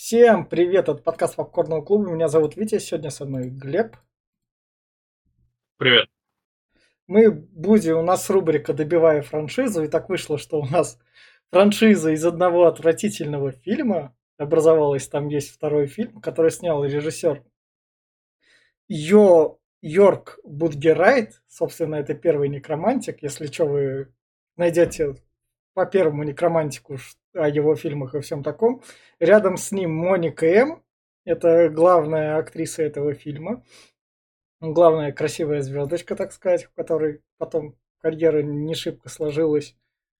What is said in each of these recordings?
Всем привет, это подкаст Попкорного клуба. Меня зовут Витя, сегодня со мной Глеб. Привет. У нас рубрика «Добивая франшизу», и так вышло, что у нас франшиза из одного отвратительного фильма образовалась. Там есть второй фильм, который снял режиссер Йорк Будгерайт. Собственно, это первый некромантик. Если что, вы найдете по первому некромантику о его фильмах и всем таком. Рядом с ним Моника М. Это главная актриса этого фильма. Главная красивая звездочка, так сказать, у которой потом карьера не шибко сложилась.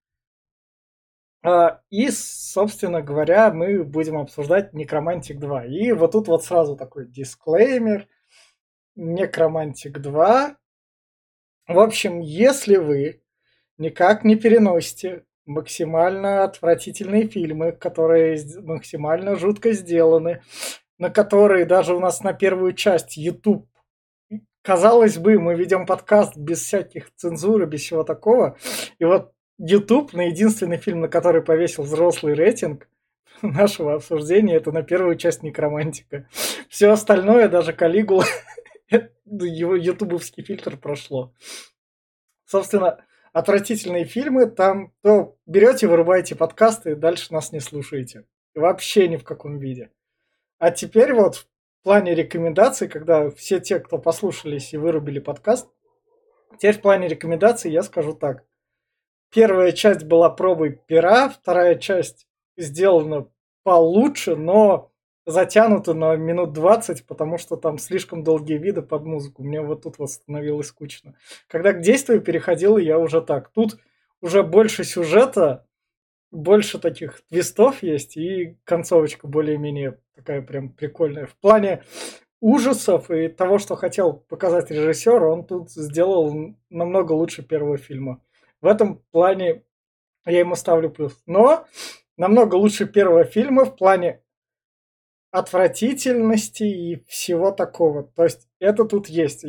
И, собственно говоря, мы будем обсуждать Некромантик 2. И вот тут вот сразу такой дисклеймер. Некромантик 2. В общем, если вы никак не переносите максимально отвратительные фильмы, которые максимально жутко сделаны, на которые даже у нас на первую часть YouTube, казалось бы, мы ведем подкаст без всяких цензуры, без всего такого, и вот YouTube на единственный фильм, на который повесил взрослый рейтинг нашего обсуждения, это на первую часть Некромантика. Все остальное, даже Калигула, его ютубовский фильтр прошло. Собственно, отвратительные фильмы, там то берете, вырубаете подкасты и дальше нас не слушаете. Вообще ни в каком виде. А теперь вот в плане рекомендаций, когда все те, кто послушались и вырубили подкаст, теперь в плане рекомендаций я скажу так. Первая часть была пробой пера, вторая часть сделана получше, но затянута на минут 20, потому что там слишком долгие виды под музыку. Мне вот тут вот становилось скучно. Когда к действию переходил, я уже так. Тут уже больше сюжета, больше таких твистов есть, и концовочка более-менее такая прям прикольная. В плане ужасов и того, что хотел показать режиссер, он тут сделал намного лучше первого фильма. В этом плане я ему ставлю плюс. Но намного лучше первого фильма в плане отвратительности и всего такого. То есть это тут есть.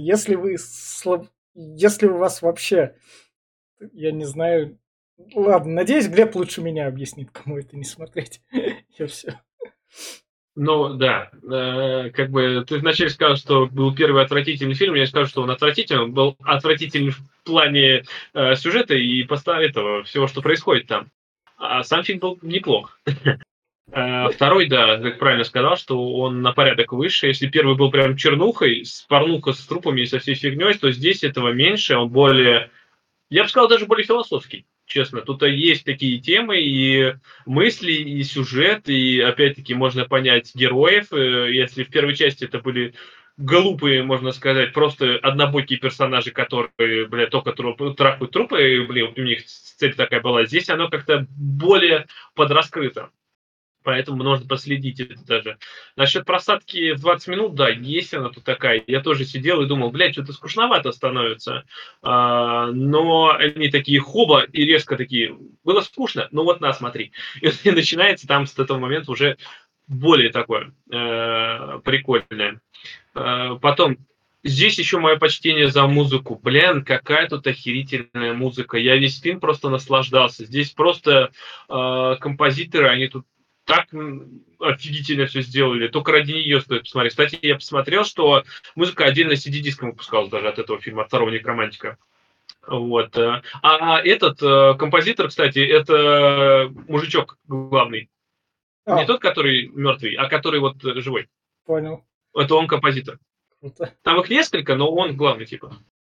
Если у вас вообще, я не знаю, ладно, надеюсь, Глеб лучше меня объяснит, кому это не смотреть. И все. Ну да, как бы ты вначале сказал, что был первый отвратительный фильм, я скажу, что он отвратительный, он был отвратительный в плане сюжета и этого всего, что происходит там. А сам фильм был неплох. Второй, да, как правильно сказал, что он на порядок выше. Если первый был прям чернухой, порнуха с трупами и со всей фигней, то здесь этого меньше, он более, я бы сказал, даже более философский, честно. Тут есть такие темы и мысли, и сюжет, и опять-таки можно понять героев. Если в первой части это были глупые, можно сказать, просто однобокие персонажи, которые, блядь, только трахают трупы, блин, у них цель такая была. Здесь оно как-то более подраскрыто. Поэтому можно последить это даже. Насчет просадки в 20 минут, да, есть она тут такая. Я тоже сидел и думал, блядь, что-то скучновато становится. Но они такие хоба и резко такие, было скучно, ну вот на, смотри. И начинается там с этого момента уже более такое прикольное. Потом, здесь еще мое почтение за музыку. Блин, какая тут охерительная музыка. Я весь фильм просто наслаждался. Здесь просто композиторы, они тут так офигительно все сделали. Только ради нее стоит посмотреть. Кстати, я посмотрел, что музыка отдельно CD-диском выпускалась даже от этого фильма, от второго Некромантика. Вот. Этот композитор, кстати, это мужичок главный. Не А, тот, который мертвый, а который вот живой. понял. Это он композитор. Круто. Там их несколько, но он главный, типа.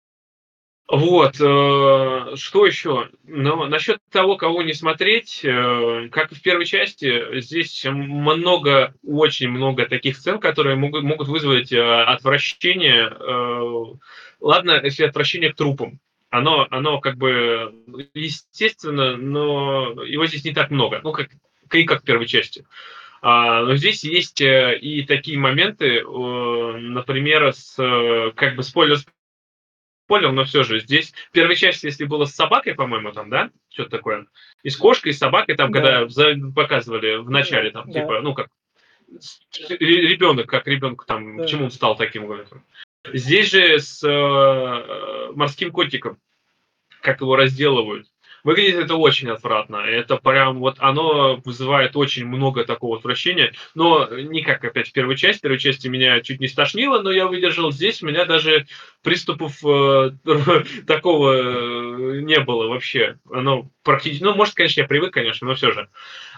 Вот, что еще? Ну, насчет того, кого не смотреть, как и в первой части, здесь много, очень много таких сцен, которые могут вызвать отвращение. Ладно, если отвращение к трупам. Оно как бы естественно, но его здесь не так много. Ну, как в первой части. Но здесь есть и такие моменты, например, как бы спойлер, но все же здесь в первой части, если было с собакой, по-моему, там, да, что-то такое, и с кошкой, и с собакой, там, Да, когда показывали в да, начале, там, да, типа, ну, как ребенок, как ребенок, там, да. почему он стал таким, говорят. Здесь же с морским котиком, как его разделывают. Выглядит это очень отвратно. Это прям вот оно вызывает очень много такого отвращения. Но не как опять в первой части. В первой части меня чуть не стошнило, но я выдержал. Здесь у меня даже приступов такого не было вообще. Оно практически... Ну, может, конечно, я привык, конечно, но все же.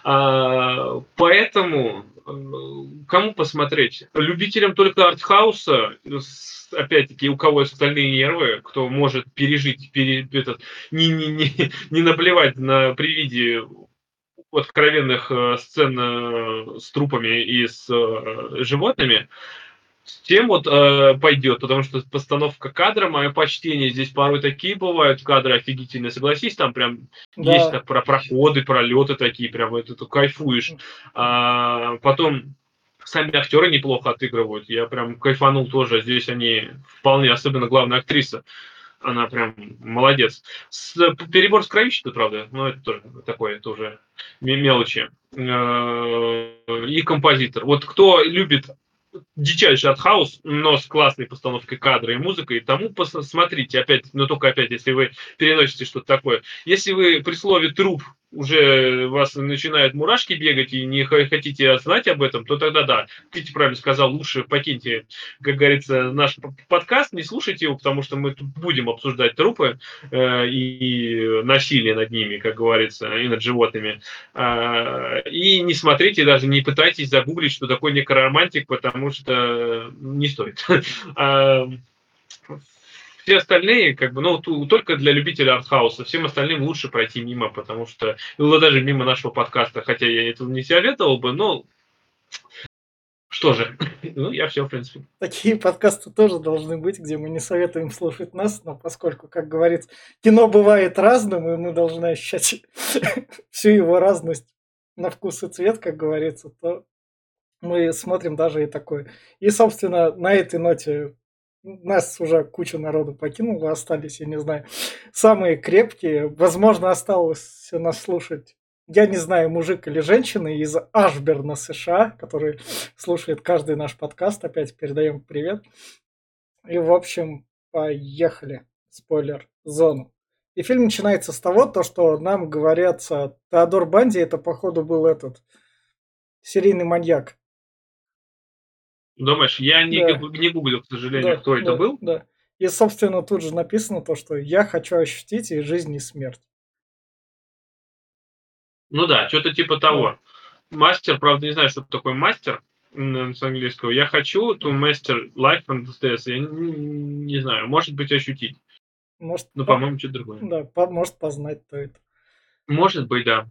Поэтому кому посмотреть? Любителям только артхауса, опять-таки, у кого есть остальные нервы, кто может пережить, не наплевать при виде откровенных сцен с трупами и с животными, с тем вот пойдет, потому что постановка кадра, мое почтение, здесь порой такие бывают кадры офигительные, согласись, там прям есть Да. так про проходы, пролеты такие, прям это ты кайфуешь. Потом сами актеры неплохо отыгрывают, я прям кайфанул тоже, здесь они вполне, особенно главная актриса, она прям молодец. Перебор с кровищей, правда, но это тоже такое, это уже мелочи. И композитор. Вот кто любит дичайший артхаус, но с классной постановкой кадра и музыкой, тому посмотрите, опять, но только опять, если вы переносите что-то такое. Если вы при слове труп уже вас начинают мурашки бегать и не хотите знать об этом, то тогда да, ты правильно сказал, лучше покиньте, как говорится, наш подкаст, не слушайте его, потому что мы тут будем обсуждать трупы и насилие над ними, как говорится, и над животными. И не смотрите, даже не пытайтесь загуглить, что такое некроромантик, потому что не стоит. Все остальные, как бы, ну, только для любителей артхауса, всем остальным лучше пройти мимо, потому что, ну, даже мимо нашего подкаста, хотя я этого не советовал бы, но что же, ну, я все, в принципе. Такие подкасты тоже должны быть, где мы не советуем слушать нас, но поскольку, как говорится, кино бывает разным, и мы должны ощущать всю его разность на вкус и цвет, как говорится, то мы смотрим даже и такое. И, собственно, на этой ноте нас уже куча народу покинула, остались, я не знаю, самые крепкие. Возможно, осталось нас слушать, я не знаю, мужик или женщина из Ашберна, США, который слушает каждый наш подкаст. Опять передаем привет. И, в общем, поехали. Спойлер, зону. И фильм начинается с того, то, что нам говорятся, Теодор Банди, это, походу, был этот серийный маньяк. Думаешь, я Да, не гуглил, к сожалению, да, кто это да, был. да. И, собственно, тут же написано то, что я хочу ощутить и жизнь, и смерть. Ну да, что-то типа Да. того. Мастер, правда, не знаю, что такое мастер с английского. Я хочу to master life and death. Я не знаю, может быть, ощутить. Может, Но, по-моему, что-то другое. да, может познать то это. Может быть, да.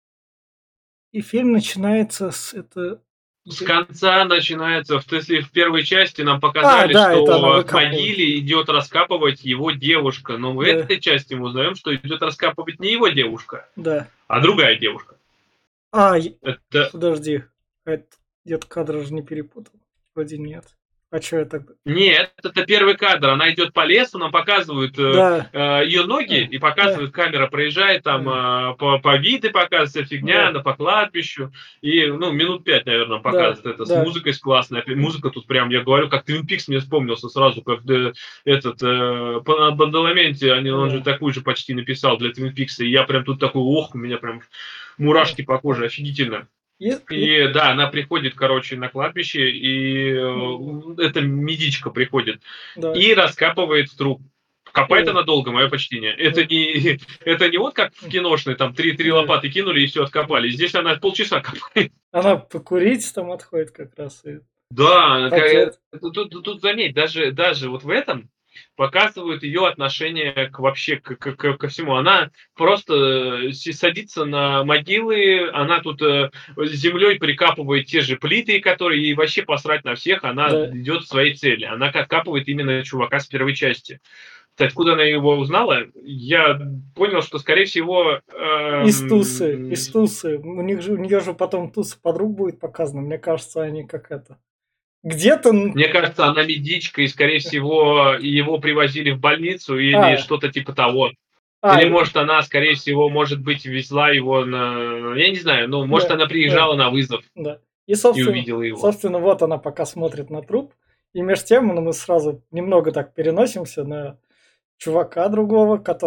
И фильм начинается с это. С конца начинается, если в первой части нам А, показали, да, это она что к выкапывает. могиле идет раскапывать его девушка. Но в Да, этой части мы узнаем, что идет раскапывать не его девушка, да. а другая девушка. А, Это подожди. Это где-то кадр же не перепутал. Вроде нет. А что я тогда? Нет, это первый кадр. Она идет по лесу, нам показывают Да, ее ноги, и да, показывают, камера проезжает, там по виды показывается фигня, да, на по кладбищу. И, ну, минут 5, наверное, да, показывает это. С да. музыкой с классной. Музыка тут прям, я говорю, как Twin Peaks мне вспомнился сразу, как этот Бадаламенти, он же Да. такую же почти написал для Twin Peaks. И я прям тут такой, ох, у меня прям мурашки по коже, офигительно. И, И да, она приходит, короче, на кладбище, и эта медичка приходит да, и раскапывает труп. Копает и, она долго, мое почтение. Это да, не, это не вот как в киношной, там три да. лопаты кинули и все откопали. Здесь она полчаса копает. Она покурить там отходит как раз и Да, пакет. тут заметь, даже вот в этом показывают ее отношение к вообще ко всему. Она просто садится на могилы, она тут землей прикапывает те же плиты, которые ей вообще посрать на всех, она Да. идет к своей цели. Она откапывает именно чувака с первой части. Кстати, откуда она его узнала? Я понял, что, скорее всего, Из Тусы, из Тусы. У нее же потом Туса подруг будет показано. Мне кажется, они как это. Где-то. мне кажется, она медичка, и, скорее всего, его привозили в больницу или А, что-то типа того. а, Или, может, она, скорее всего, может быть, везла его на... Я не знаю, ну, может, да, она да, приезжала на вызов да. И, и увидела его. собственно, вот она пока смотрит на труп. И между тем мы сразу немного так переносимся на чувака другого, который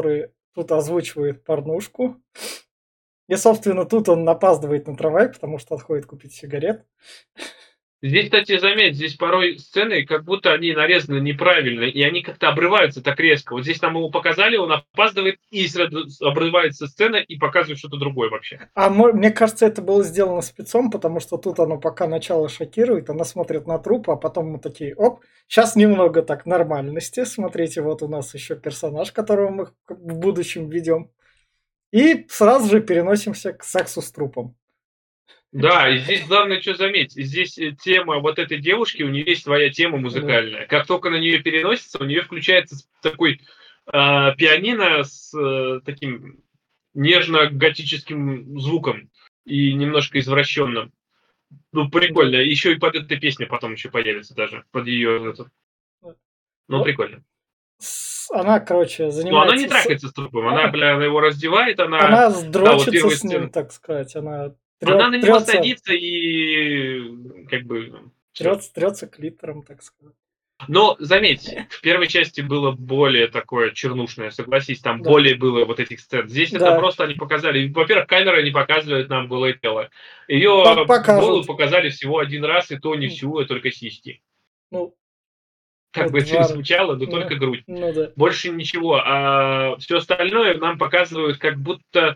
тут озвучивает порнушку. И, собственно, тут он опаздывает на трамвай, потому что отходит купить сигарет. Здесь, кстати, заметь, здесь порой сцены, как будто они нарезаны неправильно, и они как-то обрываются так резко. Вот здесь нам его показали, он опаздывает, и сразу обрывается сцена, и показывает что-то другое вообще. Мне кажется, это было сделано спецом, потому что тут оно пока начало шокирует, она смотрит на труп, а потом мы такие, оп, сейчас немного так нормальности. Смотрите, вот у нас еще персонаж, которого мы в будущем ведем. И сразу же переносимся к сексу с трупом. Да, и здесь главное, что заметить, здесь тема вот этой девушки, у нее есть своя тема музыкальная. Как только на нее переносится, у нее включается такой пианино с таким нежно-готическим звуком и немножко извращенным. Ну, прикольно. Еще и под этой песней потом еще появится даже, под ее эту. Ну, Вот. прикольно. Она, короче, занимается... Но она не трахается с трупом, она, бля, его раздевает, Она сдрочится да, вот с ним, так сказать, она она на него трется, садится и как бы... трется клитором, так сказать. Но, заметь, в первой части было более такое чернушное, согласись, там Да. более было вот этих сцен. Здесь это просто они показали. Во-первых, камера не показывает нам голое тело. Ее голую показали всего один раз, и то не всю, а только сиськи. Ну, как бы это ни звучало, но только грудь. Да. Больше ничего. А все остальное нам показывают как будто,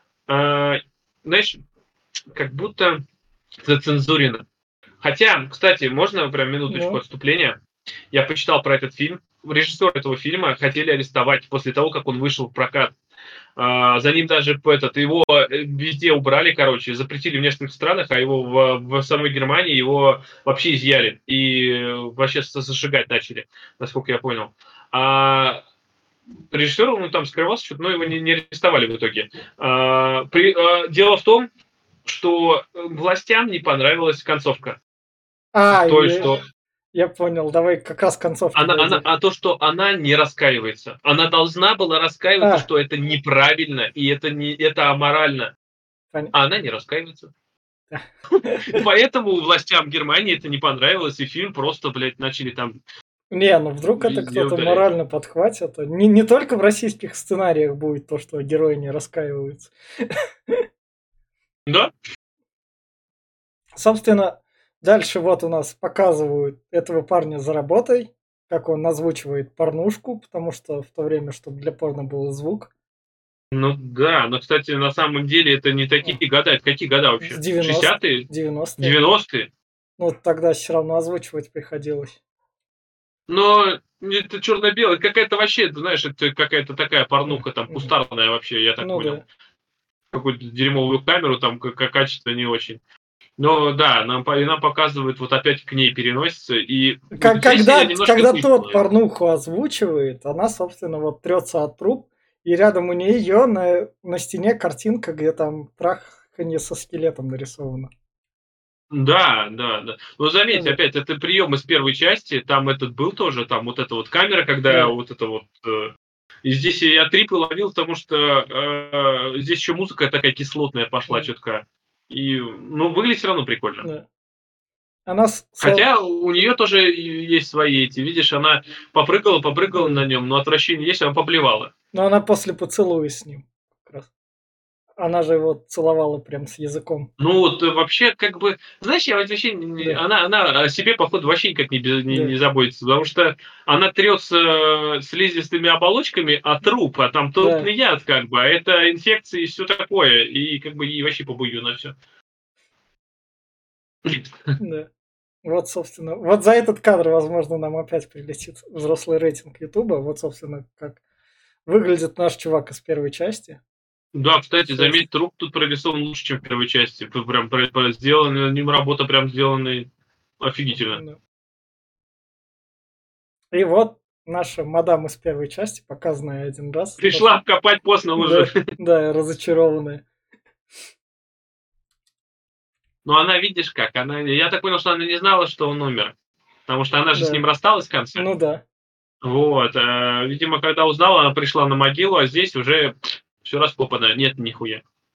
знаешь, как будто зацензурено. Хотя, кстати, можно прям минуточку отступления? Я почитал про этот фильм. Режиссер этого фильма хотели арестовать после того, как он вышел в прокат. За ним даже его везде убрали, короче, запретили в нескольких странах, а его в самой Германии его вообще изъяли и вообще зажигать начали, насколько я понял. Режиссер, он там скрывался, что-то, но его не арестовали в итоге. Дело в том, что властям не понравилась концовка. Я понял, давай как раз концовку. То, что она не раскаивается. Она должна была раскаиваться, что это неправильно и это аморально. А она не раскаивается. Поэтому властям Германии это не понравилось, и фильм просто, блядь, начали там... Ну вдруг это кто-то морально подхватит. Не только в российских сценариях будет то, что герои не раскаиваются. Да. Собственно, дальше вот у нас показывают этого парня за работой, как он озвучивает порнушку, потому что в то время, чтобы для порно был звук. Ну да, но, кстати, на самом деле это не такие года. Это какие года вообще? 60-е? 90-е. 90-е? Ну, тогда все равно озвучивать приходилось. Но это черно-белое. Какая-то вообще, знаешь, это какая-то такая порнуха там кустарная вообще, я так понял. Да. Какую-то дерьмовую камеру, там качество не очень. Но да, нам показывают, вот опять к ней переносится. И когда тот порнуху озвучивает, она, собственно, вот трется от труп, и рядом у нее на стене картинка, где там траханье со скелетом нарисовано. Да. Но заметь, опять, это прием из первой части, там этот был тоже, там вот эта вот камера, когда вот это вот... И здесь я трипы ловил, потому что здесь еще музыка такая кислотная пошла четко. И, выглядит все равно прикольно. Да. Хотя у нее тоже есть свои эти, видишь, она попрыгала на нем, но отвращение есть, она поблевала. Но она после поцелуя с ним как раз. Она же его целовала прям с языком. Ну вот вообще, как бы, знаешь, я вообще она о себе, походу, вообще никак не заботится, потому что она трется слизистыми оболочками от труп, а там трупный яд, как бы, а это инфекции и все такое, и как бы ей вообще побую на все. Да. Вот, собственно, вот за этот кадр, возможно, нам опять прилетит взрослый рейтинг Ютуба. Вот, собственно, как выглядит наш чувак из первой части. Да, кстати, заметь, труп тут прорисован лучше, чем в первой части. Прям сделана, ним работа прям сделана офигительно. И вот наша мадам из первой части, показанная один раз. Пришла копать поздно уже. Да, разочарованная. Но она, видишь как, я так понял, что она не знала, что он умер. Потому что она же с ним рассталась в конце. Ну да. Вот. Видимо, когда узнала, она пришла на могилу, а здесь уже все раскопано. Нет, нихуя.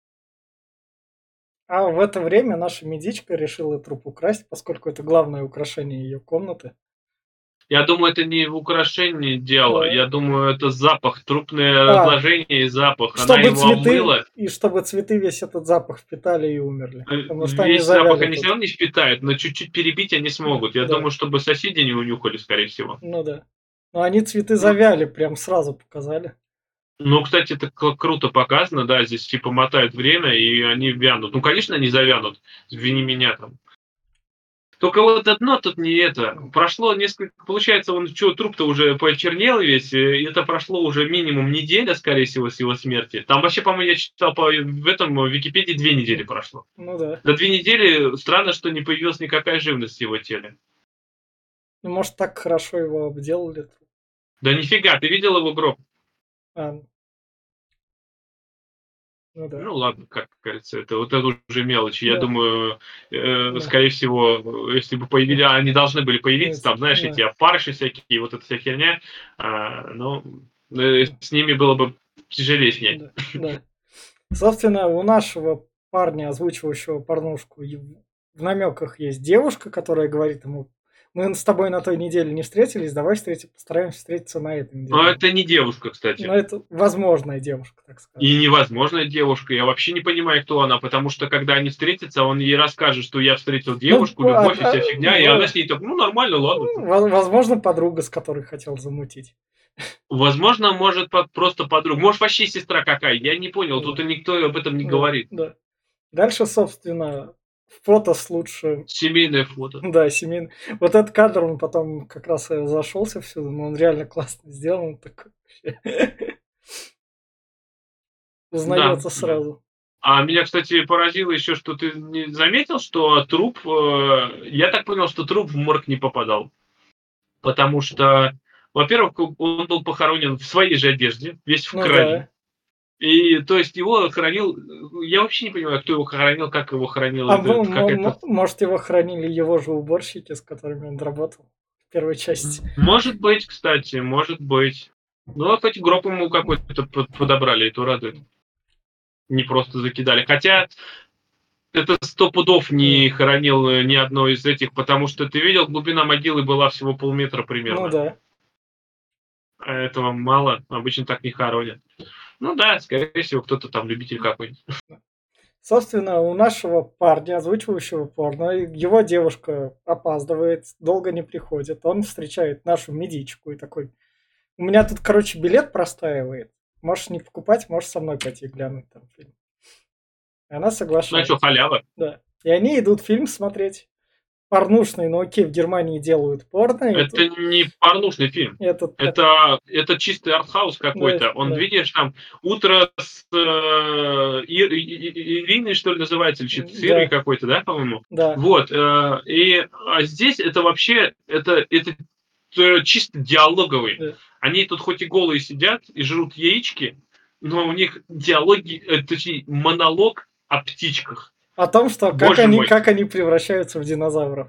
А в это время наша медичка решила труп украсть, поскольку это главное украшение ее комнаты. Я думаю, это не в украшении дело. Да. Я думаю, это запах, трупное А, разложение и запах. Она чтобы его цветы, омыла. и чтобы цветы весь этот запах впитали и умерли. Потому что они Весь запах завяли они все тут. равно не впитают, но чуть-чуть перебить они смогут. Я Да, думаю, чтобы соседи не унюхали, скорее всего. ну да. Но они цветы Ну, завяли, прям сразу показали. ну, кстати, это круто показано, да, здесь типа мотают время, и они вянут. Ну, конечно, они завянут, извини меня там. Только вот одно тут не это. Прошло несколько, получается, он что, труп-то уже почернел весь, и это прошло уже минимум неделя, скорее всего, с его смерти. Там вообще, по-моему, я читал в этом в Википедии 2 недели прошло. Ну да. За 2 недели странно, что не появилась никакая живность в его теле. Ну, может, так хорошо его обделали. Да нифига, ты видел его гроб? А, ну да. Ну ладно, как говорится, это вот это уже мелочи. Я Да, думаю, да. скорее всего, если бы Ну, появились, они должны были появиться, нет, там, знаешь, эти да, опарыши всякие, и вот эта вся херня, ну, с ними было бы тяжелее снять. да, да. Собственно, у нашего парня, озвучивающего порнушку, в намеках есть девушка, которая говорит ему: мы с тобой на той неделе не встретились, давай постараемся встретиться на этой Но неделе. это не девушка, Но кстати. это возможная девушка, так скажем. И невозможная девушка. Я вообще не понимаю, кто она, потому что когда они встретятся, он ей расскажет, что я встретил Ну, девушку, любовь и вся фигня, и она с ней так, ну нормально, ладно. возможно, подруга, с которой хотел замутить. Возможно, может просто подруга, может вообще сестра какая, я не понял, тут Да, и никто об этом не да, говорит. да. Дальше, собственно, фото с лучшим. Семейное фото. Да, семейный. Вот этот кадр, он потом как раз зашелся всюду, но он реально классно сделан. Он такой вообще Да, узнается да. сразу. А меня, кстати, поразило еще, что ты не заметил, что труп, я так понял, что труп в морг не попадал. Потому что, во-первых, он был похоронен в своей же одежде, весь в Ну крови. да. И то есть его хоронил, я вообще не понимаю, кто его хоронил, как его хоронил, А это какая-то. может, его хранили его же уборщики, с которыми он работал в первой части. Может быть, кстати, может быть. Ну, а хоть гроб ему какой-то подобрали, это радует. Не просто закидали. Хотя это 100 пудов Да. не хоронил ни одно из этих, потому что ты видел, глубина могилы была всего полметра Ну примерно. да. А этого мало, обычно так не хоронят. Ну да, скорее всего, кто-то там любитель какой-нибудь. Собственно, у нашего парня, озвучивающего порно, его девушка опаздывает, долго не приходит. Он встречает нашу медичку и такой: у меня тут, короче, билет простаивает. Можешь не покупать, можешь со мной пойти глянуть там фильм. И она Ну а что, соглашается. халява? Да. И они идут фильм смотреть. Порнушный, но окей, в Германии делают порно. И Это тут не порнушный фильм. этот так, Это чистый артхаус да, какой-то. Он, да, видишь, там «Утро с Ириной», что ли, называется, или что-то с Ирой да, какой-то, да, по-моему? да, Вот. Здесь это вообще, это чисто диалоговый. да. Они тут хоть и голые сидят и жрут яички, но у них диалоги, точнее, монолог о птичках. О том, что Боже мой. как они превращаются в динозавров.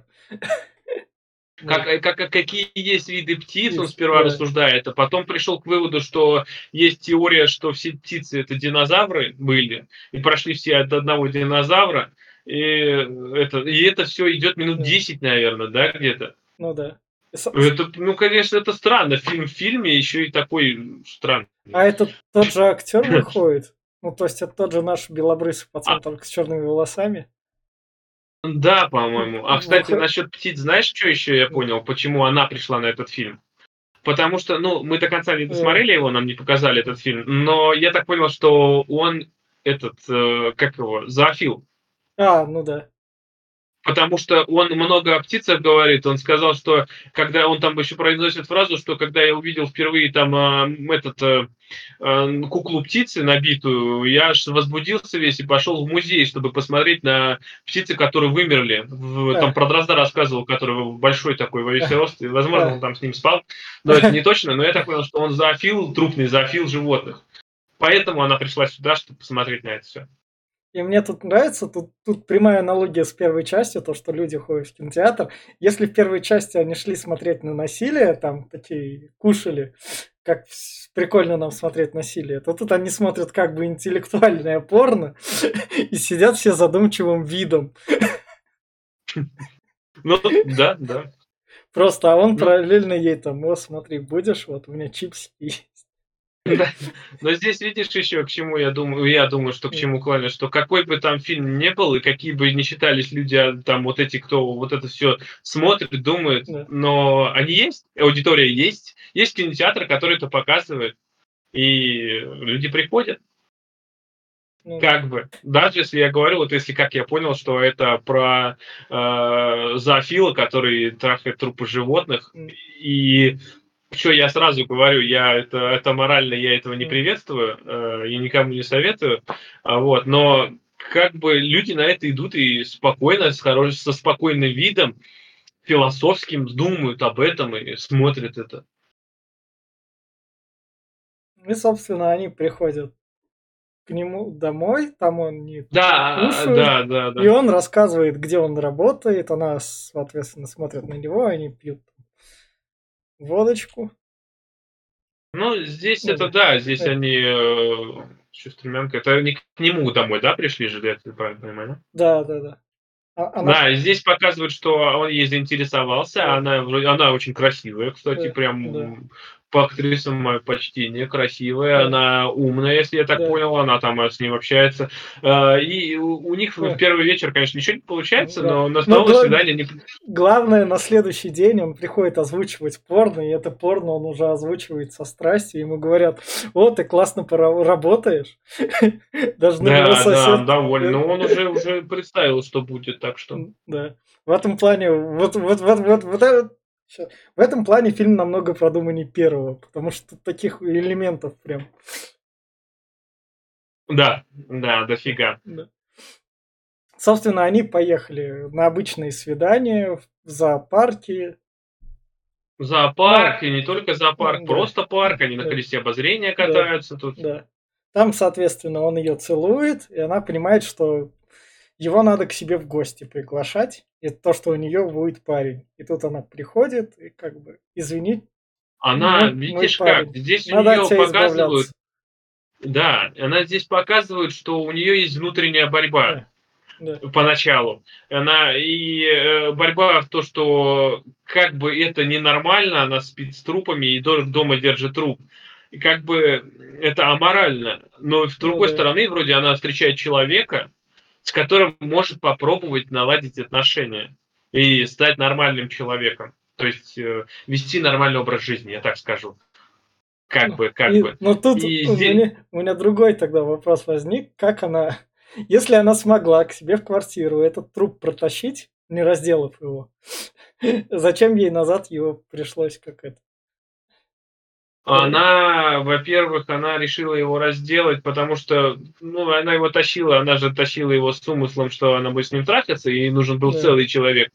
Да, Какие есть виды птиц, он птиц, сперва да, рассуждает, а потом пришел к выводу, что есть теория, что все птицы это динозавры были, и прошли все от одного динозавра, и это все идет минут да, 10, наверное, да, где-то. ну да. Это, ну, конечно, это странно. Фильм в фильме еще и такой странный. А это тот же актер выходит? Ну, то есть это тот же наш белобрысый А, пацан, только с черными волосами? да, по-моему. А, кстати, Выходит. насчет птиц, знаешь, что еще я понял, почему она пришла на этот фильм? Потому что, ну, мы до конца не досмотрели его, нам не показали этот фильм, но я так понял, что он как его, зоофил. Ну да. Потому что он много о птицах говорит. Он сказал, что когда он там еще произносит фразу, что когда я увидел впервые там куклу птицы набитую, я аж возбудился весь и пошел в музей, чтобы посмотреть на птицы, которые вымерли. Там А, про Дрозда рассказывал, который большой такой во весь а, рост, и, возможно, он а. там с ним спал, но это не точно. Но я так понял, что он зоофил, трупный зоофил животных. Поэтому она пришла сюда, чтобы посмотреть на это все. И мне тут нравится, тут прямая аналогия с первой частью, то, что люди ходят в кинотеатр. Если в первой части они шли смотреть на насилие, там такие кушали, как прикольно нам смотреть насилие, то тут они смотрят как бы интеллектуальное порно и сидят все задумчивым видом. Ну, да, да. Просто, а он Ну, параллельно ей там: "О, смотри, будешь? Вот у меня чипсики есть". да. Но здесь видишь еще к чему я думаю, что к М, чему клонят, что какой бы там фильм ни был и какие бы ни считались люди, там вот эти, кто вот это все смотрит, думает, да, но они есть, аудитория есть кинотеатры, которые это показывают, и люди приходят. ну да. Как бы. Даже если я говорю, вот если как я понял, что это про, зоофила, который трахает трупы животных. М, И что я сразу говорю, это морально, я этого не м. приветствую, и никому не советую. Вот, но как бы люди на это идут и спокойно, со спокойным видом, философским думают об этом и смотрят это. И, собственно, они приходят к нему домой, там они Да, кушают, да, да, и да. он рассказывает, где он работает. Она, соответственно, смотрит на него, они пьют водочку. Ну, здесь Ну это да. да, здесь Э, они, чё стремянка, это они к нему домой, да, пришли же, я правильно понимаю, да? да-да-да. Она Да, и здесь показывают, что он ей заинтересовался, да, она очень красивая, кстати, да, да, прям по актрисам мое почтение, красивая, да, она умная, если я так да. понял, она там, с ним общается. И у них в Э, первый вечер, конечно, ничего не получается, да. но на Но новое свидание не. главное, на следующий день он приходит озвучивать порно, и это порно он уже озвучивает со страстью. Ему говорят: "О, ты классно работаешь". Даже на него Да, да, сосед. он доволен, но он уже представил, что будет, так что. Да. В этом плане вот это всё. В этом плане фильм намного продуманнее первого, потому что тут таких элементов прям. Да, да, Да, дофига. да. Собственно, они поехали на обычные свидания в зоопарке. Зоопарк, Ну, и не только зоопарк, да, просто парк, они на да, колесе обозрения да, катаются тут. да. Там, соответственно, он ее целует, и она понимает, что его надо к себе в гости приглашать. И то, что у нее будет парень. И тут она приходит и как бы: "Извини, Она, мой видишь как, парень, здесь у надо от нее тебя показывают, избавляться". да, она здесь показывает, что у нее есть внутренняя борьба Да, да, поначалу. Борьба в то, что как бы это ненормально, она спит с трупами и дома держит труп. И как бы это аморально. Но с ну другой да, стороны, вроде она встречает человека, с которым может попробовать наладить отношения и стать нормальным человеком. То есть вести нормальный образ жизни, я так скажу. Как ну бы, как и бы. но тут И здесь у меня другой тогда вопрос возник: как она, если она смогла к себе в квартиру этот труп протащить, не разделав его, зачем ей назад его пришлось как это во-первых, она решила его разделать, потому что, ну, она его тащила, она же тащила его с умыслом, что она будет с ним трахаться, и нужен был Да, целый человек.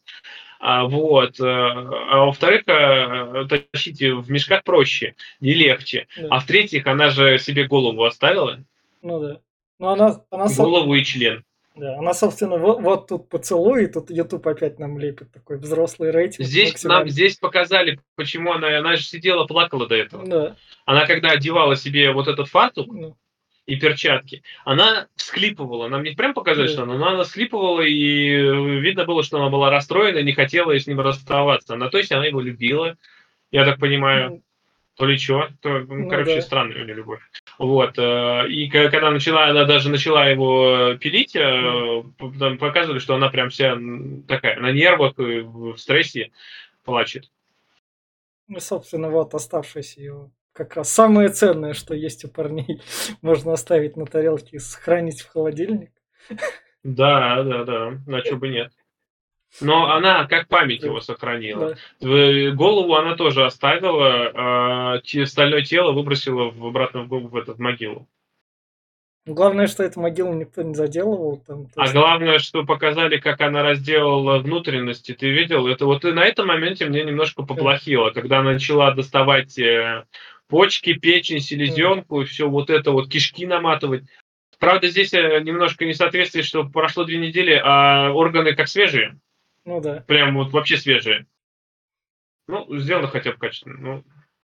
Во-вторых, тащить в мешках проще, не легче. да, А в-третьих, она же себе голову оставила, ну да. Но она голову и член. да, она, собственно, вот тут поцелуй, и тут "Ютуб" опять нам лепит такой взрослый рейтинг максимальный. Здесь показали, почему она же сидела, плакала до этого. Да, Она когда одевала себе вот этот фартук ну и перчатки, она всхлипывала. Нам не прям показали, да, что она всхлипывала, и видно было, что она была расстроена, не хотела с ним расставаться. То есть она его любила, я так понимаю. То ли чё, ну короче, да. странная у неё любовь. Вот, и когда она даже начала его пилить, Да. там показывали, что она прям вся, такая на нервах, в стрессе, плачет. Ну, собственно, вот оставшееся его как раз самое ценное, что есть у парней, можно оставить на тарелке и сохранить в холодильник. Да, да-да, а чё бы нет. Но она как память Да, его сохранила. да. Голову она тоже оставила, остальное тело выбросила обратно в могилу. Главное, что эту могилу никто не заделывал там, то А есть главное, что показали, как она разделала внутренности. Ты видел? Это вот и на этом моменте мне немножко э, поплохело, когда она начала доставать, почки, печень, м, селезенку и все вот это вот, кишки наматывать. Правда, здесь, немножко несоответствие, что прошло 2 недели, а органы как свежие. ну да. Прям вот вообще свежие. Ну, сделано хотя бы качественно. Ну,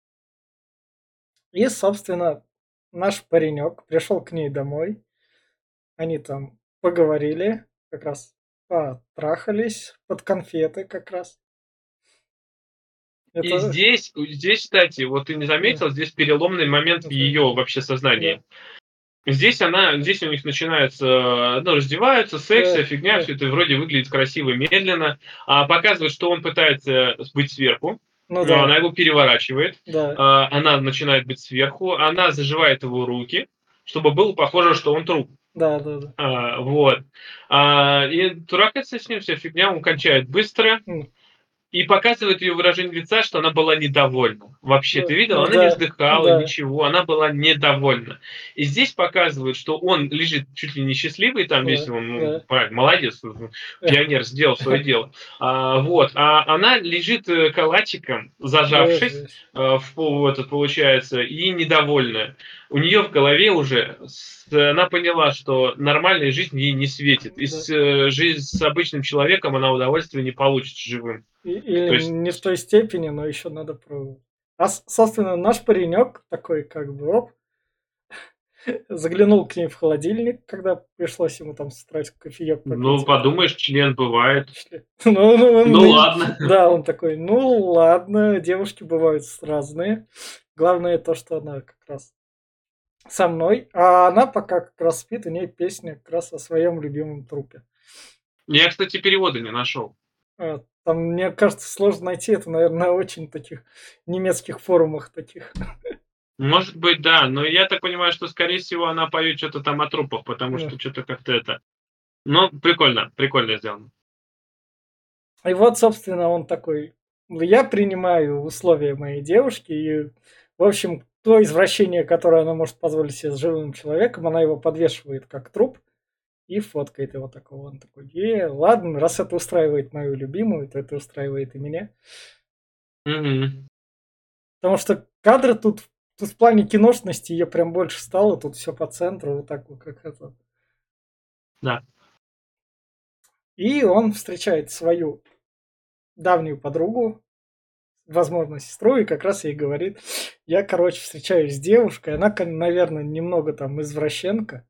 И, собственно, наш паренек пришел к ней домой. Они там поговорили, как раз потрахались под конфеты как раз. И Это... здесь, кстати, вот ты не Да, заметил, здесь переломный момент в это... ее вообще Да, сознании. Здесь у них начинается, ну, раздеваются, секс, вся да, фигня, да. все это вроде выглядит красиво, медленно, а показывает, что он пытается быть сверху, Ну но да, она его переворачивает, да, она начинает быть сверху, она заживает его руки, чтобы было похоже, что он труп. да, да, да. Вот. И дуракается с ним, вся фигня, он кончает быстро, М, и показывает ее выражение лица, что она была недовольна. Вообще, Ну, ты видел? ну Она не да, вздыхала, да, ничего, она была недовольна. И здесь показывают, что он лежит чуть ли не счастливый, там весь да, он, ну, да. правильно, молодец, пионер, сделал свое дело. Вот. А она лежит калачиком, Да, зажавшись, жесть. получается, и недовольная. У нее в голове уже она поняла, что нормальная жизнь ей не светит. И Да. жизнь с обычным человеком она удовольствия не получит живым. Или То есть, не в той степени, но еще надо пробовать. Собственно, наш паренек такой, как бы, оп, заглянул к ней в холодильник, когда пришлось ему там с утра кофеек ну, попить. Это, подумаешь, член бывает. Ну Ну, ладно. да, он такой, ну ладно, девушки бывают разные. Главное то, что она как раз со мной, а она пока как раз спит, у нее песня как раз о своем любимом трупе. Я, кстати, перевода не нашел. Там, мне кажется, сложно найти это, наверное, на очень таких немецких форумах таких. Может быть, да, но я так понимаю, что, скорее всего, она поет что-то там о трупах, потому Ну, что что-то как-то это... Ну, прикольно, прикольно сделано. и вот, собственно, он такой, я принимаю условия моей девушки, и, в общем, то извращение, которое она может позволить себе с живым человеком, она его подвешивает как труп и фоткает его такого. Он такой, ладно, раз это устраивает мою любимую, то это устраивает и меня. Мгм. Потому что кадры тут в плане киношности ее прям больше стало, тут все по центру, вот так вот, как это. Да. И он встречает свою давнюю подругу, возможно, сестру, и как раз ей говорит, я, короче, встречаюсь с девушкой, она, наверное, немного там извращенка.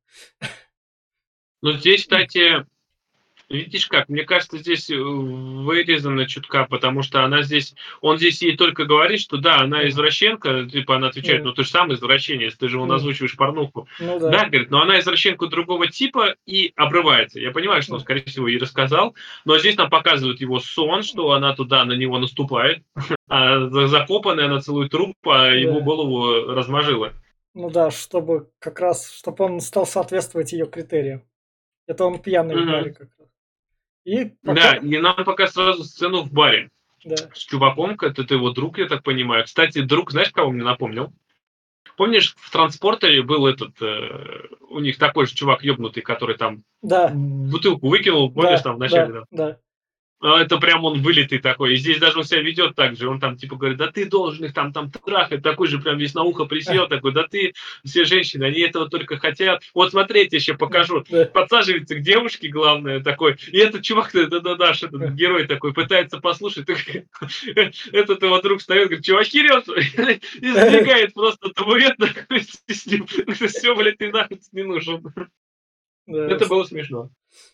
Но здесь, кстати, видишь как, мне кажется, здесь вырезано чутка, потому что он здесь ей только говорит, что да, она М, извращенка, типа она отвечает, м, ну ты же сам извращенец, ты же вон м. озвучиваешь порнуху. Ну Да, да, говорит, но она извращенка другого типа и обрывается. Я понимаю, что он, м, скорее всего, ей рассказал, но здесь нам показывают его сон, что она туда на него наступает, закопанная, она целует труп, а его да. голову размажила. Ну да, чтобы как раз, чтобы он стал соответствовать ее критериям. Это он пьяный в баре Мгм. как раз. И Да, пока, и нам пока сразу сцену в баре да, с чуваком, это его друг, я так понимаю. Кстати, друг, знаешь, кого мне напомнил? Помнишь, в «Транспортере» был у них такой же чувак ёбнутый, который там да, бутылку выкинул, помнишь, да, там в начале, да, да? да, Это прям он вылитый такой. И здесь даже он себя ведет так же. Он там типа говорит, да ты должен их там трахать. Такой же прям весь на ухо присел. Такой, да ты, все женщины, они этого только хотят. Вот смотрите, еще покажу. да. Подсаживается к девушке, главное, такой. И этот чувак, да-да-да, этот герой такой, пытается послушать. Этот его друг встает, говорит, чуваки, и сдвигает просто табурет такой с ним. Все, блядь, ты нахуй не нужен. Да. Это было смешно.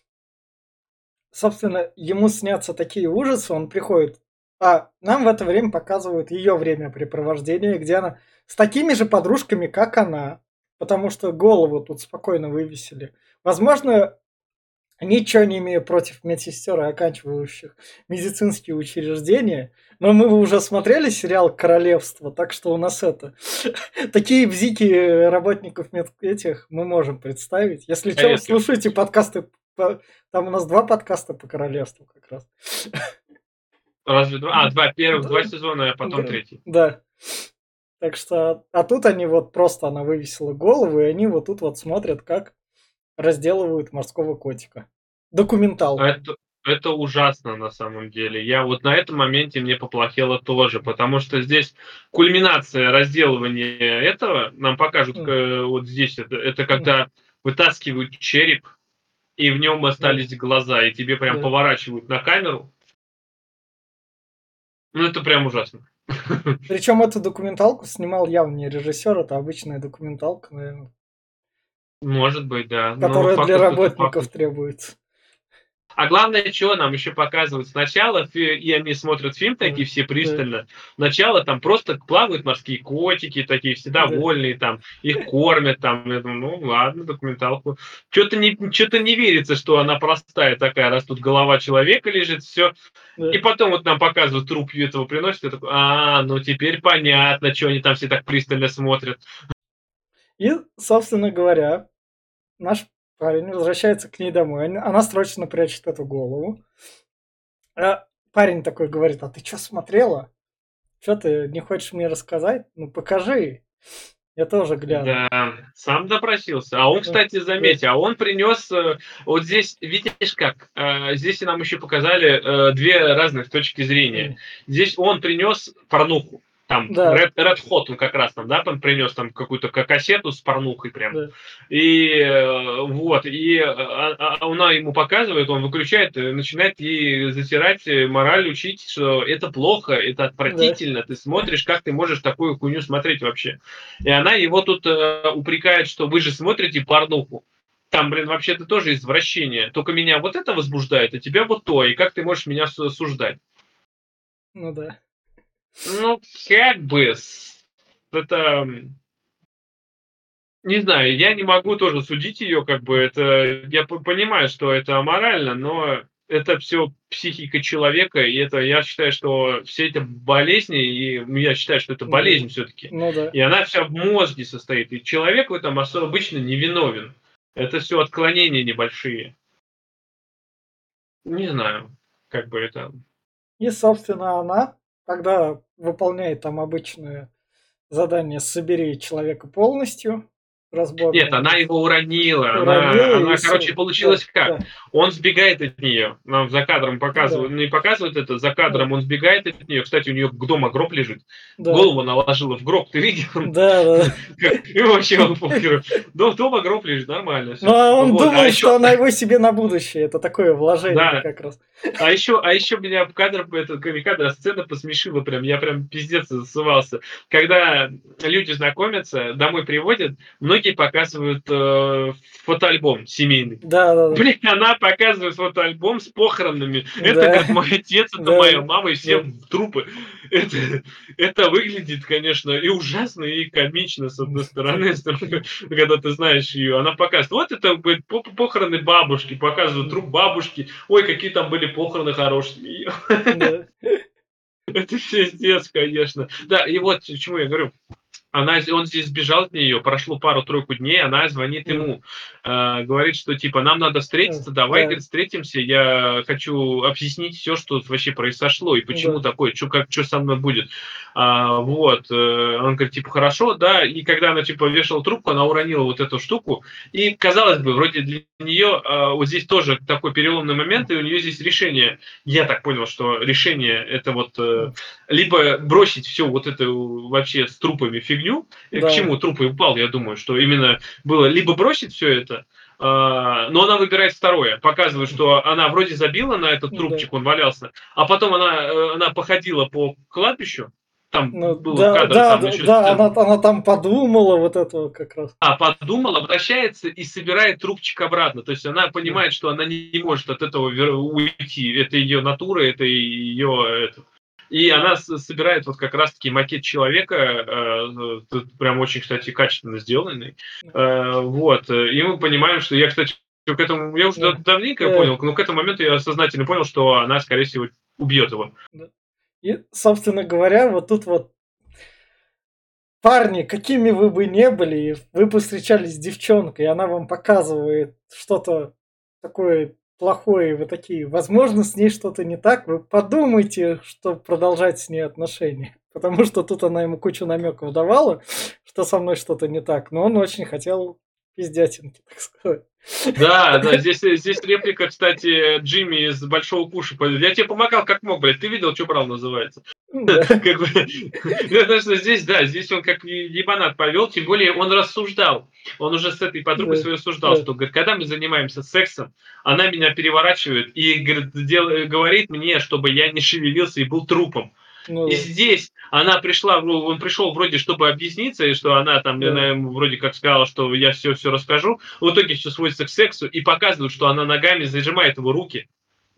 Собственно, ему снятся такие ужасы, он приходит. А нам в это время показывают ее времяпрепровождение, где она с такими же подружками, как она. Потому что голову тут спокойно вывесили. Возможно, ничего не имею против медсестер, оканчивающих медицинские учреждения, но мы уже смотрели сериал «Королевство», так что у нас это... Такие бзики работников этих мы можем представить. Если что, Советских. слушайте подкасты. Там у нас два подкаста по королевству как раз. Разве два? Первых Да, два сезона, а потом да, третий. да. Так что, а тут они вот просто, она вывесила голову, и они вот тут вот смотрят, как разделывают морского котика. Документалку. Это ужасно на самом деле. Я вот на этом моменте мне поплохело тоже, потому что здесь кульминация разделывания этого нам покажут М, вот здесь. Это м, когда вытаскивают череп, и в нем Да, остались глаза, и тебе прям да. поворачивают на камеру. Ну, это прям ужасно. Причем эту документалку снимал явно не режиссер, это обычная документалка, наверное, Может быть, да. Но которая факт для остается работников фактом. требуется. А главное, что нам еще показывают сначала, и они смотрят фильм Да, такие все да, пристально. Сначала там просто плавают морские котики, такие все да, довольные, там их кормят, там, я думаю, ну ладно, документалку. Что-то не верится, что она простая такая, раз тут голова человека лежит, все. И да. потом вот нам показывают труп этого приносят, я такой, ну теперь понятно, что они там все так пристально смотрят. И, собственно говоря, наш парень возвращается к ней домой. Она срочно прячет эту голову. А парень такой говорит: а ты что смотрела? Что ты не хочешь мне рассказать? Ну покажи, я тоже гляну. Да, сам допросился. А он, Да, кстати, да, заметь, он принес, вот здесь, видишь как, здесь нам еще показали две разных точки зрения. Здесь он принес порнуху, там, да, Red Hot он как раз там, да, он принес там какую-то кассету с порнухой прям. да, И вот, и она ему показывает, он выключает, и начинает ей затирать мораль, учить, что это плохо, это да. отвратительно, ты смотришь, как ты можешь такую хуйню смотреть вообще. И она его тут упрекает, что вы же смотрите порнуху. Там, блин, вообще-то тоже извращение. Только меня вот это возбуждает, а тебя вот то. И как ты можешь меня осуждать? Ну да. Ну, как бы... Это... Не знаю, я не могу тоже судить ее, как бы это... Я понимаю, что это аморально, но это все психика человека, и это, я считаю, что все эти болезни, и я считаю, что это Да. болезнь все-таки, Ну да. и она вся в мозге состоит, и человек в этом обычно не виновен. Это все отклонения небольшие. Не знаю, как бы это... И, собственно, она тогда выполняет там обычное задание «собери человека полностью», Нет, разборную, она его уронила. уронила и Короче, все. Да, получилось как? да, Он сбегает от нее. Нам за кадром показывают, да, не показывают это, за да, кадром он сбегает от нее. Кстати, у нее дома гроб лежит. да, Голову наложила в гроб, ты видел? да, да. И вообще он похер. Дома гроб лежит, нормально Ну, все. а он Вот, а думал, еще, что она его себе на будущее. Это такое вложение да, как раз. а еще меня в кадр, не кадр, а сцена посмешила прям, я прям пиздец засывался. Когда люди знакомятся, домой приводят, многие показывают фотоальбом семейный. Да, да, да. Блин, она показывает фотоальбом с похоронами. Это Да, как мой отец, это да, моя мама, и все да. в трупы. Это, это выглядит, конечно, и ужасно, и комично, с одной стороны, когда ты знаешь ее. Она показывает, вот это говорит, похороны бабушки, показывают труп бабушки. Ой, какие там были похороны хорошие. Да, Это пиздец, конечно. Да, и вот к чему я говорю. Он здесь сбежал от нее, прошло пару-тройку дней, она звонит да, ему, говорит, что типа нам надо да, встретиться, давай, да, говорит, встретимся, я хочу объяснить все, что тут вообще произошло и почему да, такое, что со мной будет. Вот, он говорит, типа, хорошо, да, и когда она типа вешала трубку, она уронила вот эту штуку, и казалось бы, вроде для нее вот здесь тоже такой переломный момент, и у нее здесь решение, я так понял, что решение это вот либо бросить все вот это вообще с трупами фигню, к да, чему трупы упал, я думаю, что именно было либо бросить все это, но она выбирает второе, показывает, что она вроде забила на этот да. трупчик, он валялся, а потом она походила по кладбищу, там Ну, был да, кадр, да, там да, еще да, сцена, она там подумала вот этого как раз. подумал, обращается и собирает трубчик обратно. То есть она Да, понимает, что она не может от этого уйти. Это ее натура, это ее... И она собирает вот как раз-таки макет человека, прям очень, кстати, качественно сделанный. Вот. И мы понимаем, что я, кстати, к этому, я уже да, давненько э, понял, но к этому моменту я сознательно понял, что она, скорее всего, убьет его. да. И, собственно говоря, вот тут вот парни, какими вы бы не были, вы бы встречались с девчонкой, и она вам показывает что-то такое плохое, и вы такие, возможно, с ней что-то не так, вы подумайте, что продолжать с ней отношения. Потому что тут она ему кучу намеков давала, что со мной что-то не так, но он очень хотел пиздятинки, так сказать. Да, да, здесь реплика, кстати, Джимми из Большого Куша. Я тебе помогал как мог, блядь. Ты видел, что брал называется? Да, Как бы, потому что здесь, да, здесь он как ебанат повел, тем более он рассуждал. Он уже с этой подругой да, своей рассуждал, да, что, говорит, когда мы занимаемся сексом, она меня переворачивает и говорит, говорит мне, чтобы я не шевелился и был трупом. И ну здесь он пришел вроде, чтобы объясниться, и что она там, да, она ему вроде как сказала, что я все расскажу. В итоге все сводится к сексу и показывают, что она ногами зажимает его руки.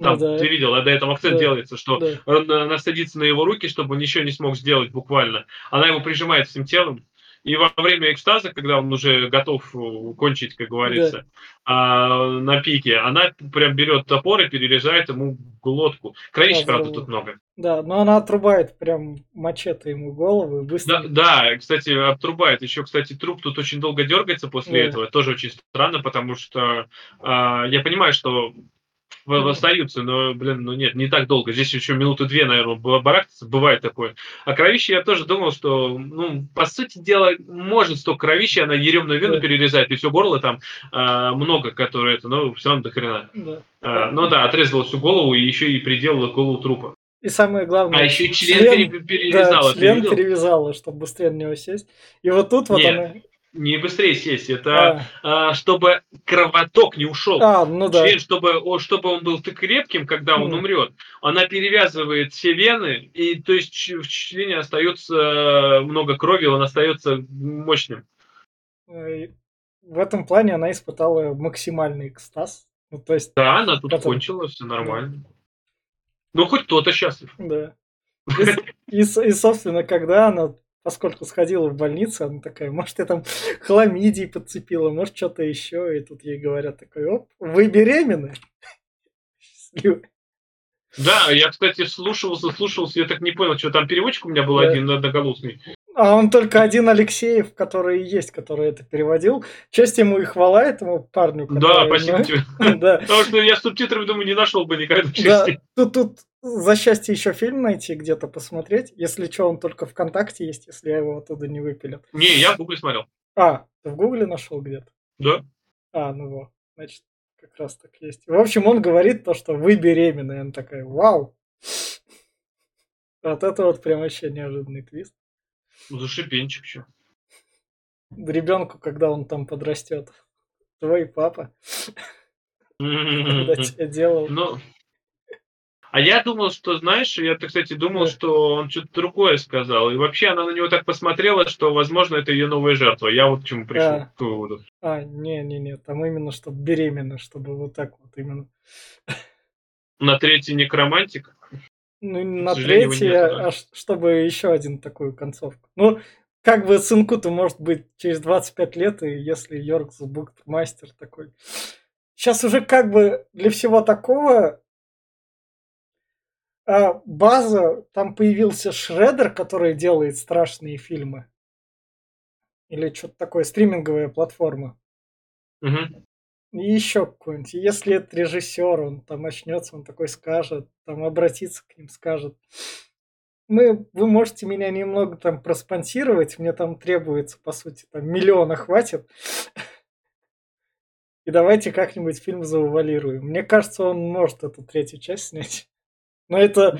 Ну Там, ты да, видел, до этого акцент да, делается, что да. она садится на его руки, чтобы он ничего не смог сделать буквально. Она его прижимает всем телом. И во время экстаза, когда он уже готов кончить, как Да, говорится, на пике, она прям берет топор и перерезает ему глотку. Кровищи, правда, тут разрыву. много. Да, но она отрубает прям мачете ему голову и Да, быстро. да, кстати, обтрубает. Еще, кстати, труп тут очень долго дергается после Да. этого. Тоже очень странно, потому что я понимаю, что остаются, но, блин, ну нет, не так долго. Здесь еще минуты две, наверное, барахтаться. Бывает такое. А кровище я тоже думал, что, ну, по сути дела, может столько кровища, она еремную вену Да, перерезает, и все горло там много, которое это, но все равно до хрена. да. Ну да, отрезала всю голову и еще и приделала голову трупа. И самое А главное, еще член член, да, перерезала, ты член видел? перевязала, чтобы быстрее на него сесть. И вот тут вот Нет, она. не быстрее сесть, это А, чтобы кровоток не ушел. ну Член, да. чтобы он был крепким, когда он М, умрет, она перевязывает все вены, и то есть в члене остается много крови, он остается мощным. и в этом плане она испытала максимальный экстаз. Ну, то есть, Да, она тут который. кончила, все Да, нормально. Ну, хоть кто-то счастлив. да. И, собственно, когда она, поскольку сходила в больницу, она такая, может, я там хламидий подцепила, может, что-то еще. И тут ей говорят такой, оп, вы беременны? Счастливо. Да, я, кстати, слушался, я так не понял, что там переводчик у меня был Да. один одноголосый. А он только один Алексеев, который и есть, который это переводил. Честь ему и хвала этому парню, Да, который, спасибо ну, тебе. да, Потому что я субтитров, думаю, не нашел бы никогда в да, жизни. тут за счастье еще фильм найти, где-то посмотреть. Если что, он только ВКонтакте есть, если я его оттуда не выпилят. Не, я в Гугле смотрел. Ты в Гугле нашел где-то? Да. Ну вот, значит, как раз так есть. В общем, он говорит то, что вы беременны. И она такая, вау. Вот это вот прям вообще неожиданный твист. Зашибенчик еще. Ребенку, когда он там подрастет. Твой папа, когда тебя делал. Ну, а я думал, что, знаешь, я-то, кстати, думал, Да. что он что-то другое сказал. И вообще она на него так посмотрела, что, возможно, это ее новая жертва. Я вот к чему пришел, А, к выводу. не-не-не, там именно, чтобы беременна, чтобы вот так вот именно. На третий некромантик, Ну, и к на сожалению, его третье, нету, да. чтобы еще один такую концовку. Ну, как бы сынку-то может быть через 25 лет, и если Йорк мастер такой. Сейчас уже как бы для всего такого база, там появился Шредер, который делает страшные фильмы. Или что-то такое, стриминговая платформа. Мгм. И еще какой-нибудь. Если это режиссер, он там очнется, он такой скажет, там обратится к ним, скажет. Вы можете меня немного там проспонсировать, мне там требуется, по сути, там миллиона хватит. И давайте как-нибудь фильм заувалируем. Мне кажется, он может эту третью часть снять. Но это.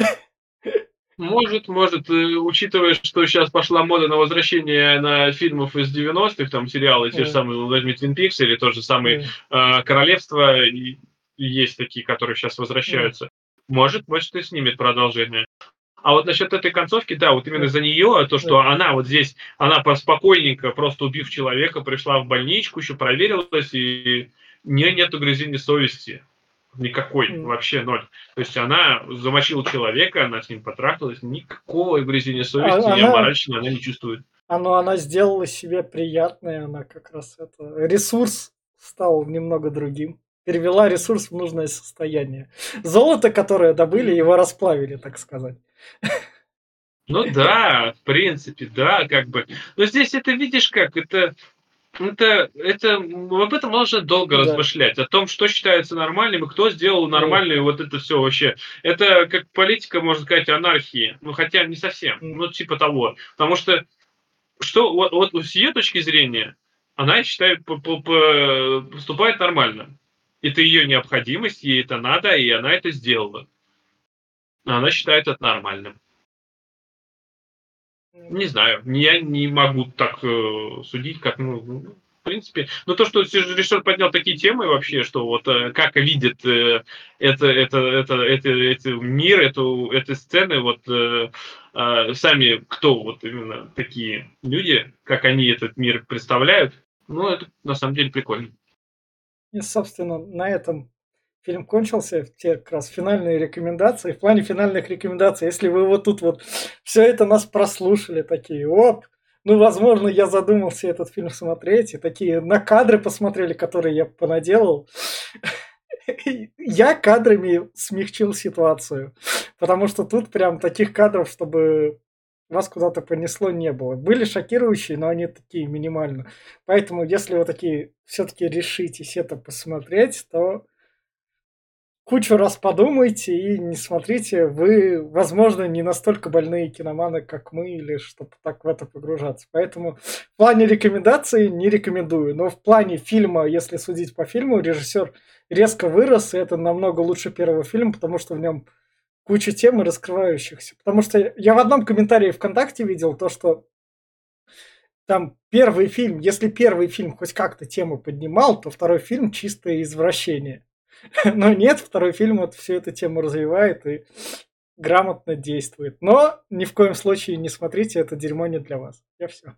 Может, учитывая, что сейчас пошла мода на возвращение на фильмов из 90-х, там сериалы, те же Да, самые, возьми Twin Peaks или тот же самый да, Королевство, и есть такие, которые сейчас да, возвращаются. Может, и снимет продолжение. А вот насчет этой концовки, да, вот именно да, за нее, то, что да. она вот здесь, она спокойненько, просто убив человека, пришла в больничку, еще проверилась, и у нее нет угрызений совести. Никакой, М. вообще ноль. То есть она замочила человека, она с ним потрахалась, никакого угрызения совести, ни Она, аморальщины она не чувствует. она сделала себе приятное, она как раз это. Ресурс стал немного другим. Перевела ресурс в нужное состояние. Золото, которое добыли, его расплавили, так сказать. Ну да, в принципе, да, как бы. Но здесь это видишь как, об этом можно долго Да, размышлять, о том, что считается нормальным и кто сделал да. нормальным вот это все вообще. Это как политика, можно сказать, анархии. Ну, хотя не совсем. М. Ну, типа того. Потому что вот с ее точки зрения, она, я считаю, поступает нормально. Это ее необходимость, ей это надо, и она это сделала. Она считает это нормальным. Не знаю, я не могу так судить, как, в принципе. Но то, что режиссер поднял такие темы вообще, что вот как видит это мир, эти сцены, вот сами, кто вот именно такие люди, как они этот мир представляют, ну, это на самом деле прикольно. И, собственно, на этом фильм кончился, те как раз финальные рекомендации. В плане финальных рекомендаций, если вы вот тут вот все это нас прослушали, такие, оп, ну, возможно, я задумался этот фильм смотреть, и такие на кадры посмотрели, которые я понаделал. Я кадрами смягчил ситуацию, потому что тут прям таких кадров, чтобы вас куда-то понесло, не было. Были шокирующие, но они такие минимально. Поэтому, если вы такие все-таки решитесь это посмотреть, то кучу раз подумайте и не смотрите. Вы, возможно, не настолько больные киноманы, как мы, или чтобы так в это погружаться. Поэтому в плане рекомендаций не рекомендую. Но в плане фильма, если судить по фильму, режиссер резко вырос, и это намного лучше первого фильма, потому что в нем куча тем раскрывающихся. Потому что я в одном комментарии ВКонтакте видел то, что там первый фильм, если первый фильм хоть как-то тему поднимал, то второй фильм чистое извращение. Но нет, второй фильм вот всю эту тему развивает и грамотно действует. Но ни в коем случае не смотрите, это дерьмо не для вас. Я все.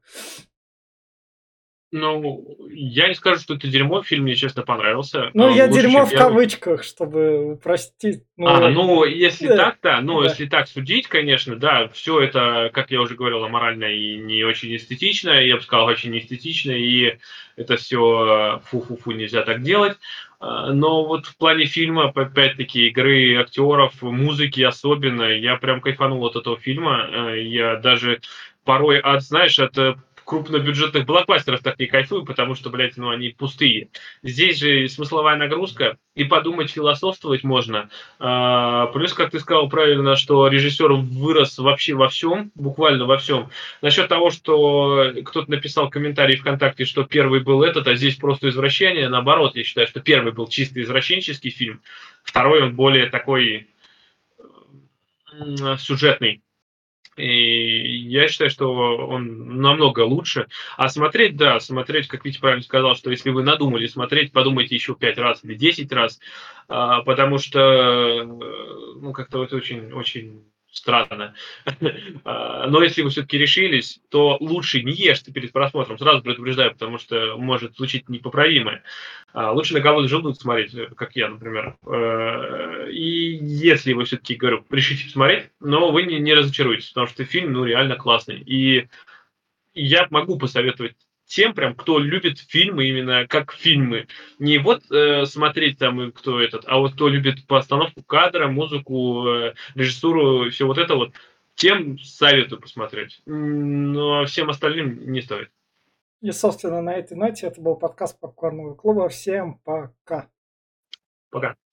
Ну, я не скажу, что это дерьмо. Фильм мне, честно, понравился. Ну, я Лучше, дерьмо чем в первый. кавычках, чтобы упростить. Ну, Ну, если да, так-то, ну, да. если так судить, конечно, да, все это, как я уже говорил, аморально и не очень эстетично, я бы сказал, очень неэстетично, и это все фу-фу-фу, нельзя так делать. Но вот в плане фильма, опять-таки, игры актеров, музыки особенно, я прям кайфанул от этого фильма. Я даже порой знаешь, от крупнобюджетных блокбастеров так не кайфую, потому что, блядь, ну, они пустые. Здесь же смысловая нагрузка, и подумать, философствовать можно. Плюс, как ты сказал правильно, что режиссер вырос вообще во всем, буквально во всем. Насчет того, что кто-то написал комментарий ВКонтакте, что первый был этот, а здесь просто извращение, наоборот, я считаю, что первый был чисто извращенческий фильм, второй он более такой сюжетный. И я считаю, что он намного лучше. А смотреть, да, смотреть, как Витя правильно сказал, что если вы надумали смотреть, подумайте еще 5 раз или 10 раз, потому что, ну, как-то это очень, очень странно. Но если вы все-таки решились, то лучше не ешьте перед просмотром, сразу предупреждаю, потому что может случиться непоправимое. Лучше на голодный желудок смотреть, как я, например. И если вы все-таки, говорю, решите посмотреть, но вы не разочаруетесь, потому что фильм, ну, реально классный. И я могу посоветовать тем, прям, кто любит фильмы именно как фильмы. Не вот смотреть там, кто этот, а вот кто любит постановку кадра, музыку, режиссуру, все вот это вот, тем советую посмотреть. Но всем остальным не стоит. И, собственно, на этой ноте это был подкаст Попкорного клуба. Всем пока. Пока.